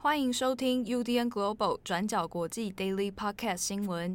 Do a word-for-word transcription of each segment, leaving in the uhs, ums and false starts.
欢迎收听 U D N Global 转角国际 Daily Podcast 新闻。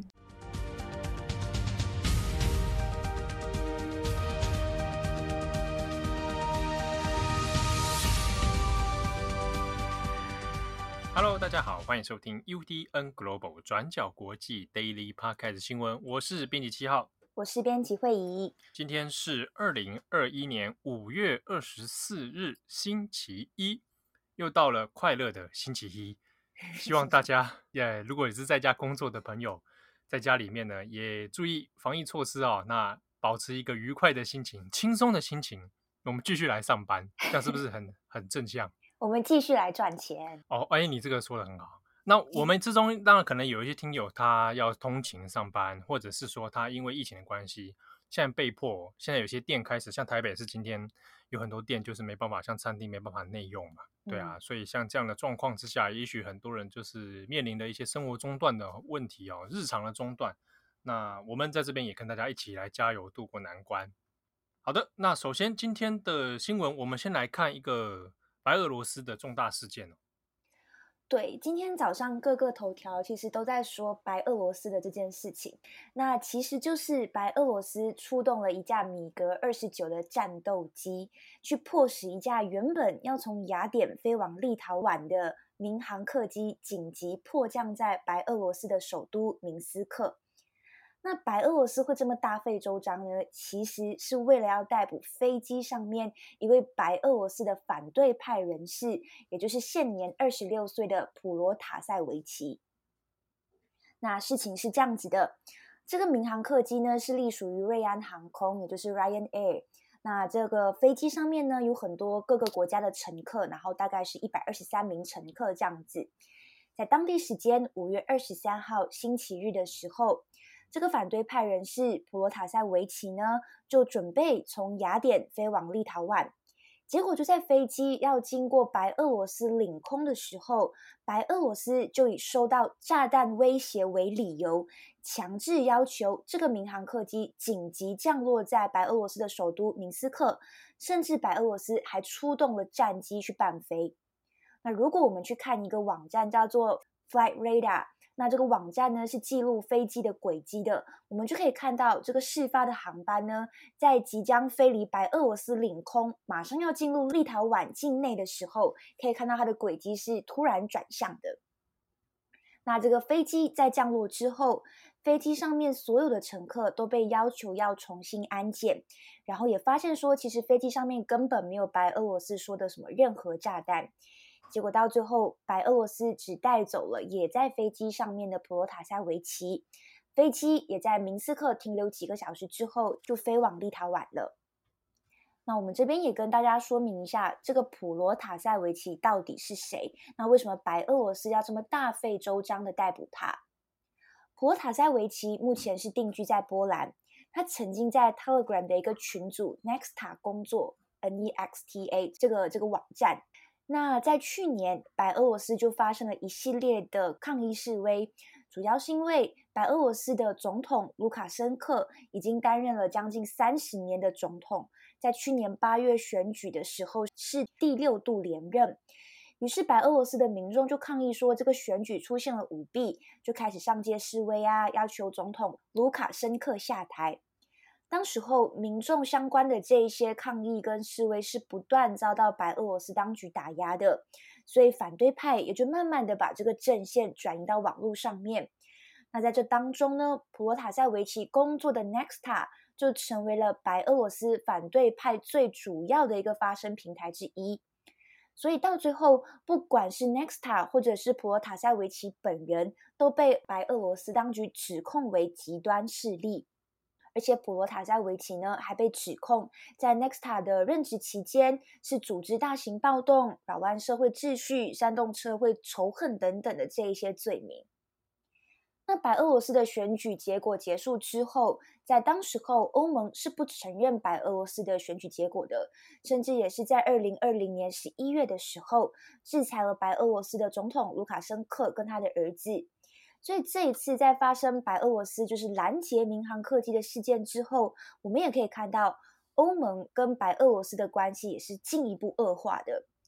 Hello， 大家好，欢迎收听 U D N Global 转角国际 Daily Podcast 新闻，我是编辑七号， 我是编辑慧仪。 今天是二零二一年五月二十四日，星期一，又到了快乐的星期一。希望大家也如果也是在家工作的朋友，在家里面呢也注意防疫措施哦，那保持一个愉快的心情、轻松的心情，我们继续来上班，这样是不是很很正向？ 我们继续来赚钱哦。哎，你这个说的很好。那我们之中当然可能有一些听友他要通勤上班，或者是说他因为疫情的关系，现在被迫，现在有些店开始，像台北是今天有很多店就是没办法，像餐厅没办法内用嘛，对啊，嗯、所以像这样的状况之下，也许很多人就是面临的一些生活中断的问题哦，日常的中断。那我们在这边也跟大家一起来加油，渡过难关。好的，那首先今天的新闻，我们先来看一个白俄罗斯的重大事件哦。 对，今天早上各个头条其实都在说白俄罗斯的这件事情，那其实就是白俄罗斯出动了一架米格二十九的战斗机，去迫使一架原本要从雅典飞往立陶宛的民航客机紧急迫降在白俄罗斯的首都明斯克。那白俄罗斯会这么大费周章呢？其实是为了要逮捕飞机上面一位白俄罗斯的反对派人士，也就是现年二十六岁的普罗塔塞维奇。那事情是这样子的，这个民航客机呢是隶属于瑞安航空，也就是 Ryan Air。那这个飞机上面呢有很多各个国家的乘客，然后大概是一百二十三名乘客这样子。在当地时间五月二十三号星期日的时候，这个反对派人士普罗塔塞维奇呢，就准备从雅典飞往立陶宛，结果就在飞机要经过白俄罗斯领空的时候，白俄罗斯就以收到炸弹威胁为理由，强制要求这个民航客机紧急降落在白俄罗斯的首都明斯克，甚至白俄罗斯还出动了战机去伴飞。那如果我们去看一个网站叫做 Flight Radar，那这个网站呢是记录飞机的轨迹的，我们就可以看到这个事发的航班呢，在即将飞离白俄罗斯领空，马上要进入立陶宛境内的时候，可以看到它的轨迹是突然转向的。那这个飞机在降落之后，飞机上面所有的乘客都被要求要重新安检，然后也发现说，其实飞机上面根本没有白俄罗斯说的什么任何炸弹。结果到最后，白俄罗斯只带走了也在飞机上面的普罗塔塞维奇，飞机也在明斯克停留几个小时之后就飞往立陶宛了。那我们这边也跟大家说明一下，这个普罗塔塞维奇到底是谁？那为什么白俄罗斯要这么大费周章的逮捕他？普罗塔塞维奇目前是定居在波兰，他曾经在 Telegram 的一个群组 Nexta 工作 N E X T A 这个这个网站。那在去年，白俄罗斯就发生了一系列的抗议示威，主要是因为白俄罗斯的总统卢卡申科已经担任了将近三十年的总统，在去年八月选举的时候是第六度连任。于是白俄罗斯的民众就抗议说，这个选举出现了舞弊，就开始上街示威啊，要求总统卢卡申科下台。当时候民众相关的这一些抗议跟示威是不断遭到白俄罗斯当局打压的，所以反对派也就慢慢的把这个阵线转移到网络上面。那在这当中呢，普罗塔塞维奇工作的 Nexta 就成为了白俄罗斯反对派最主要的一个发声平台之一。所以到最后，不管是 Nexta 或者是普罗塔塞维奇本人，都被白俄罗斯当局指控为极端势力。而且普罗塔塞维奇呢，还被指控在 Nexta 的任职期间是组织大型暴动、扰乱社会秩序、煽动社会仇恨等等的这一些罪名。那白俄罗斯的选举结果结束之后，在当时候欧盟是不承认白俄罗斯的选举结果的，甚至也是在二零二零年十一月的时候制裁了白俄罗斯的总统卢卡申科跟他的儿子。所以这一次在发生白俄罗斯就是拦截民航客机的事件之后，我们也可以看到欧盟跟白俄罗斯的关系也是进一步恶化的。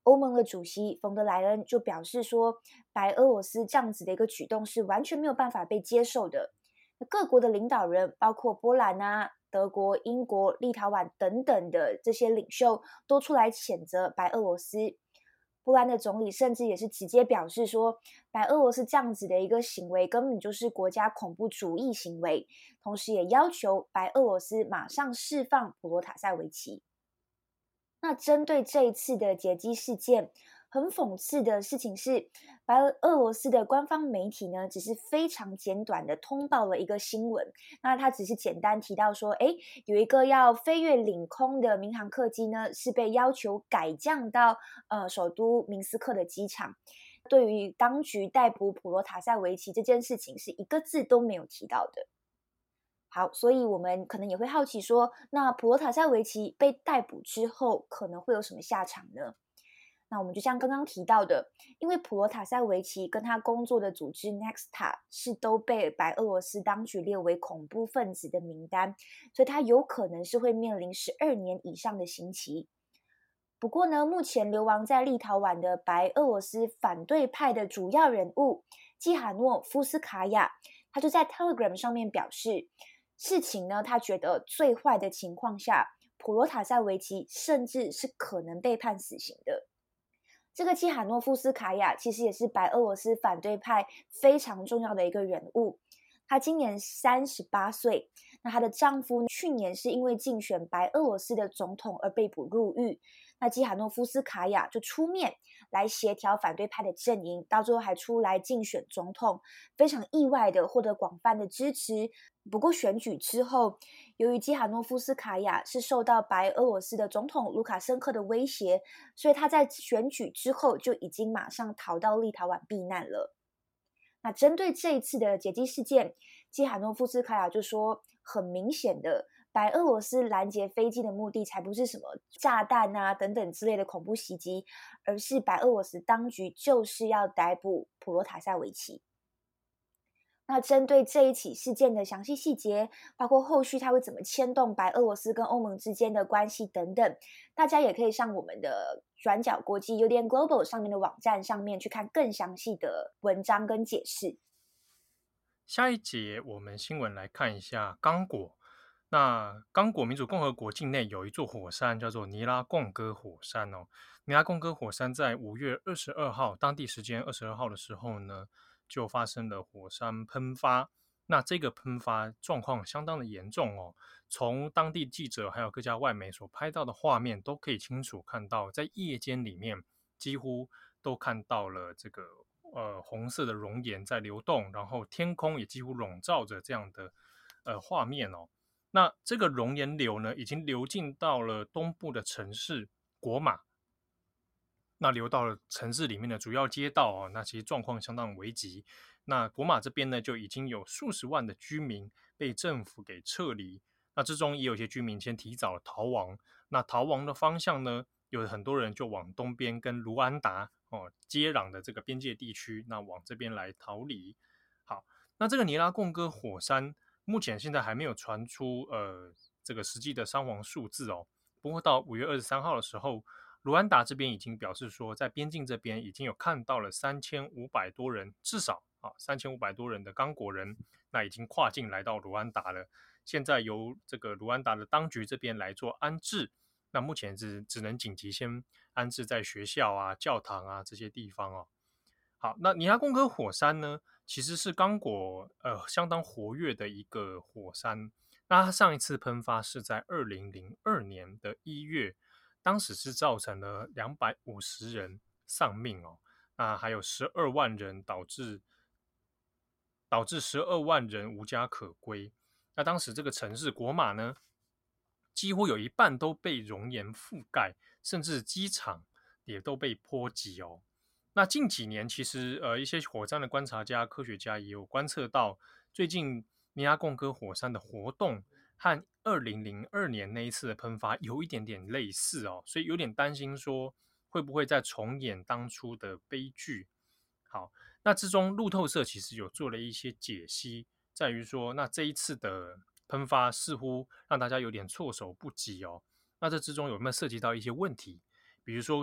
欧盟的主席冯德莱恩就表示说，白俄罗斯这样子的一个举动是完全没有办法被接受的。各国的领导人，包括波兰啊、德国、英国、立陶宛等等的这些领袖，都出来谴责白俄罗斯。波兰的总理甚至也是直接表示说，白俄罗斯这样子的一个行为根本就是国家恐怖主义行为，同时也要求白俄罗斯马上释放普罗塔塞维奇。那针对这一次的劫机事件，很讽刺的事情是，白俄罗斯的官方媒体呢，只是非常简短的通报了一个新闻。那他只是简单提到说，诶，有一个要飞越领空的民航客机呢，是被要求改降到呃首都明斯克的机场。对于当局逮捕普罗塔塞维奇这件事情，是一个字都没有提到的。好，所以我们可能也会好奇说，那普罗塔塞维奇被逮捕之后，可能会有什么下场呢？那我们就像刚刚提到的，因为普罗塔塞维奇跟他工作的组织 Nexta 是都被白俄罗斯当局列为恐怖分子的名单，所以他有可能是会面临十二年以上的刑期。不过呢，目前流亡在立陶宛的白俄罗斯反对派的主要人物基哈诺夫斯卡娅，他就在 Telegram 上面表示，事情呢，他觉得最坏的情况下，普罗塔塞维奇甚至是可能被判死刑的。这个基哈诺夫斯卡娅其实也是白俄罗斯反对派非常重要的一个人物。她今年三十八岁，那她的丈夫去年是因为竞选白俄罗斯的总统而被捕入狱。那基哈诺夫斯卡娅就出面来协调反对派的阵营，到最后还出来竞选总统，非常意外的获得广泛的支持。不过选举之后，由于基哈诺夫斯卡娅是受到白俄罗斯的总统卢卡申科的威胁，所以他在选举之后就已经马上逃到立陶宛避难了。那针对这一次的劫机事件，基哈诺夫斯卡娅就说，很明显的，白俄罗斯拦截飞机的目的才不是什么炸弹啊等等之类的恐怖袭击，而是白俄罗斯当局就是要逮捕普罗塔塞维奇。那针对这一起事件的详细细节，包括后续它会怎么牵动白俄罗斯跟欧盟之间的关系等等，大家也可以上我们的转角国际 U D N Global 上面的网站上面去看更详细的文章跟解释。 下一节我们新闻来看一下刚果。那刚果民主共和国境内有一座火山叫做尼拉贡哥火山哦。尼拉贡哥火山在五月二十二号当地时间二十二号的时候呢，就发生了火山喷发。那这个喷发状况相当的严重哦，从当地记者还有各家外媒所拍到的画面都可以清楚看到，在夜间里面几乎都看到了这个呃红色的熔岩在流动，然后天空也几乎笼罩着这样的呃画面哦。那这个熔岩流呢，已经流进到了东部的城市果马，那流到了城市里面的主要街道哦，那其实状况相当危急。那果马这边呢，就已经有数十万的居民被政府给撤离，那之中也有些居民先提早逃亡。那逃亡的方向呢，有很多人就往东边跟卢安达哦接壤的这个边界地区，那往这边来逃离。好，那这个尼拉贡哥火山目前现在还没有传出呃这个实际的伤亡数字哦。不过到五月二十三号的时候，卢安达这边已经表示说，在边境这边已经有看到了三千五百多人，至少啊三千五百多人的刚果人，那已经跨境来到卢安达了。现在由这个卢安达的当局这边来做安置，那目前是只能紧急先安置在学校啊、教堂啊这些地方哦。好，那尼拉贡哥火山呢，其实是刚果呃相当活跃的一个火山。那它上一次喷发是在二零零二年的一月，当时是造成了两百五十人丧命哦，那还有十二万人导致导致十二万人无家可归。那当时这个城市果马呢，几乎有一半都被熔岩覆盖，甚至机场也都被波及哦。那近几年其实呃一些火山的观察家、科学家也有观测到，最近尼拉贡哥火山的活动和二零零二年那一次的喷发有一点点类似哦，所以有点担心说会不会再重演当初的悲剧。好，那之中路透社其实有做了一些解析，在于说那这一次的喷发似乎让大家有点措手不及哦。那这之中有没有涉及到一些问题？比如说在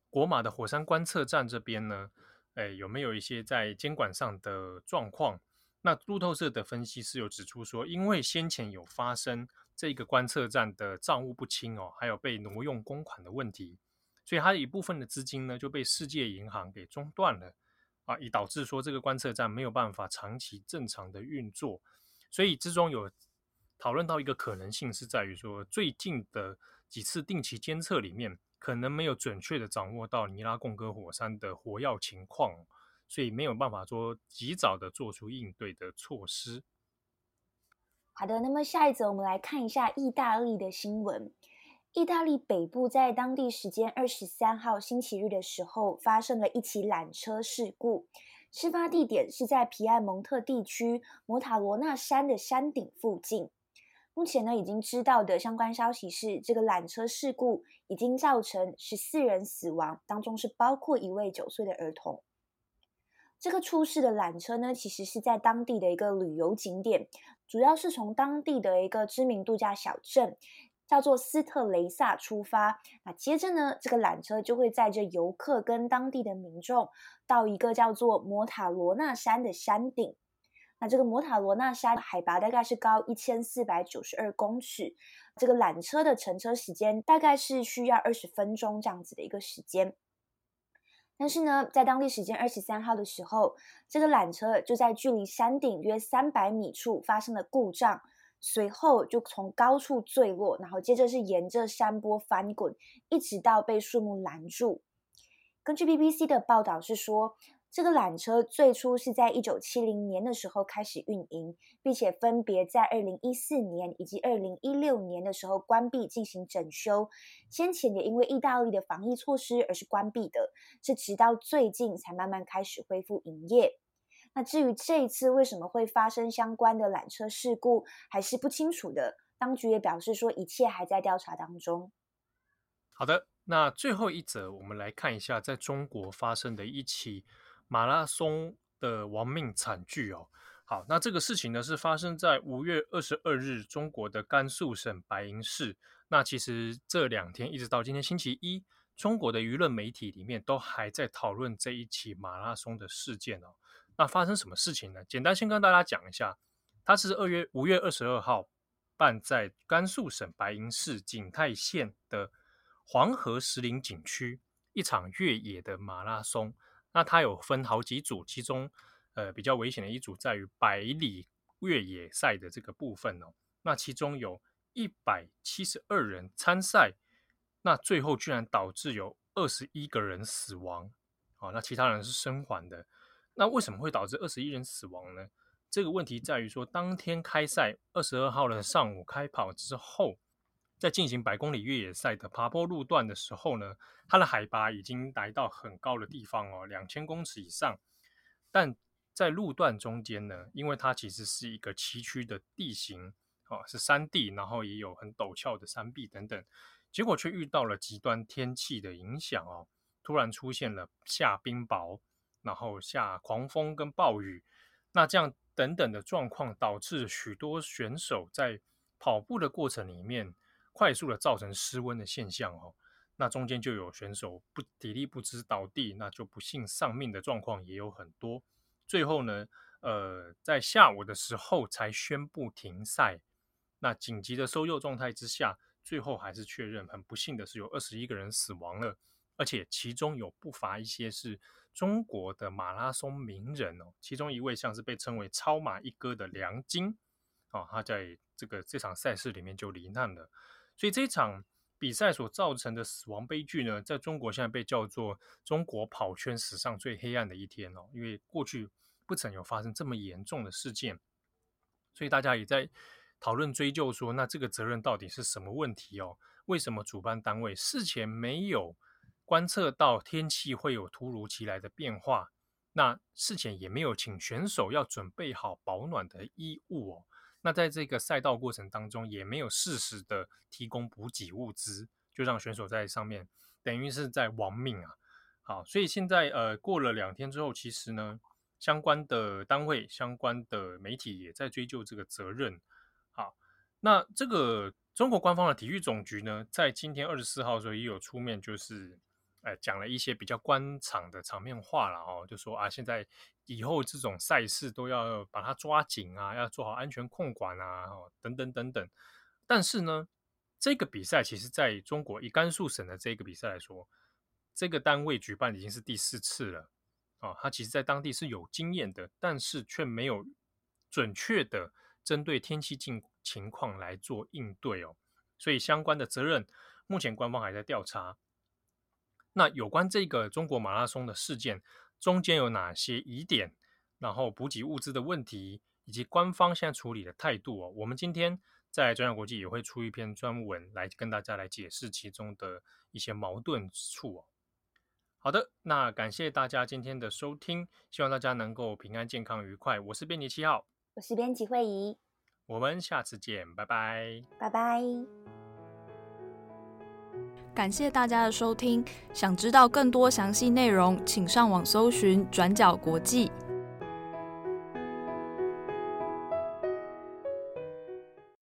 国马的火山观测站这边呢，哎，有没有一些在监管上的状况？那路透社的分析是有指出说，因为先前有发生这个观测站的账务不清哦，还有被挪用公款的问题，所以它一部分的资金呢就被世界银行给中断了啊，以导致说这个观测站没有办法长期正常的运作。所以之中有讨论到一个可能性是在于说，最近的几次定期监测里面，可能没有准确的掌握到尼拉贡哥火山的活跃情况，所以没有办法说及早的做出应对的措施。 好的，那么下一则我们来看一下意大利的新闻。意大利北部在当地时间二十三号星期日的时候，发生了一起缆车事故。事发地点是在皮埃蒙特地区摩塔罗纳山的山顶附近。目前呢，已经知道的相关消息是，这个缆车事故已经造成十四人死亡，当中是包括一位九岁的儿童。这个出事的缆车呢，其实是在当地的一个旅游景点，主要是从当地的一个知名度假小镇叫做斯特雷萨出发。那接着呢，这个缆车就会载着游客跟当地的民众到一个叫做摩塔罗纳山的山顶。那这个摩塔罗纳山海拔大概是高一千四百九十二公尺，这个缆车的乘车时间大概是需要二十分钟这样子的一个时间。但是呢，在当地时间二十三号的时候，这个缆车就在距离山顶约三百米处发生了故障，随后就从高处坠落，然后接着是沿着山坡翻滚，一直到被树木拦住。根据 B B C 的报道是说，这个缆车最初是在一九七零年的时候开始运营，并且分别在二零一四年以及二零一六年的时候关闭进行整修。先前也因为意大利的防疫措施而是关闭的，是直到最近才慢慢开始恢复营业。那至于这一次为什么会发生相关的缆车事故，还是不清楚的。当局也表示说，一切还在调查当中。 好的，那最后一则，我们来看一下在中国发生的一起马拉松的亡命惨剧哦。好，那这个事情呢是发生在五月二十二日，中国的甘肃省白银市。那其实这两天一直到今天星期一，中国的舆论媒体里面都还在讨论这一起马拉松的事件哦。那发生什么事情呢？简单先跟大家讲一下，它是二月五月二十二号办在甘肃省白银市景泰县的黄河石林景区一场越野的马拉松。那它有分好几组，其中呃比较危险的一组在于百里越野赛的这个部分哦。那其中有一百七十二人参赛，那最后居然导致有二十一个人死亡，哦，那其他人是生还的。那为什么会导致二十一人死亡呢？这个问题在于说，当天开赛二十二号的上午开跑之后，在进行百公里越野赛的爬坡路段的时候呢，它的海拔已经来到很高的地方哦，两千公尺以上。但在路段中间呢，因为它其实是一个崎岖的地形哦，是山地，然后也有很陡峭的山壁等等，结果却遇到了极端天气的影响哦，突然出现了下冰雹，然后下狂风跟暴雨，那这样等等的状况，导致许多选手在跑步的过程里面快速的造成失温的现象哦。那中间就有选手不体力不支倒地，那就不幸丧命的状况也有很多。最后呢，呃，在下午的时候才宣布停赛。那紧急的搜救状态之下，最后还是确认，很不幸的是有二十一个人死亡了，而且其中有不乏一些是中国的马拉松名人哦。其中一位像是被称为超马一哥的梁晶哦，他在这个这场赛事里面就罹难了。所以这场比赛所造成的死亡悲剧呢，在中国现在被叫做中国跑圈史上最黑暗的一天哦，因为过去不曾有发生这么严重的事件，所以大家也在讨论追究说，那这个责任到底是什么问题哦？为什么主办单位事前没有观测到天气会有突如其来的变化？那事前也没有请选手要准备好保暖的衣物哦。那在这个赛道过程当中，也没有适时的提供补给物资，就让选手在上面等于是在亡命啊。好，所以现在呃过了两天之后，其实呢，相关的单位、相关的媒体也在追究这个责任。好，那这个中国官方的体育总局呢，在今天二十四号的时候也有出面，就是呃讲了一些比较官场的场面话了哦，就说啊，现在以后这种赛事都要把它抓紧啊，要做好安全控管啊，哦，等等等等。但是呢，这个比赛其实在中国以甘肃省的这个比赛来说，这个单位举办已经是第四次了。哦，他其实在当地是有经验的，但是却没有准确的针对天气境情况来做应对哦，所以相关的责任目前官方还在调查。那有关这个中国马拉松的事件，中间有哪些疑点，然后补给物资的问题，以及官方现在处理的态度哦，我们今天在转角国际也会出一篇专文来跟大家来解释其中的一些矛盾之处哦。好的，那感谢大家今天的收听，希望大家能够平安、健康、愉快。我是编辑七号， 我是编辑慧仪， 我们下次见，拜拜， 拜拜。 感谢大家的收听，想知道更多详细内容，请上网搜寻转角国际。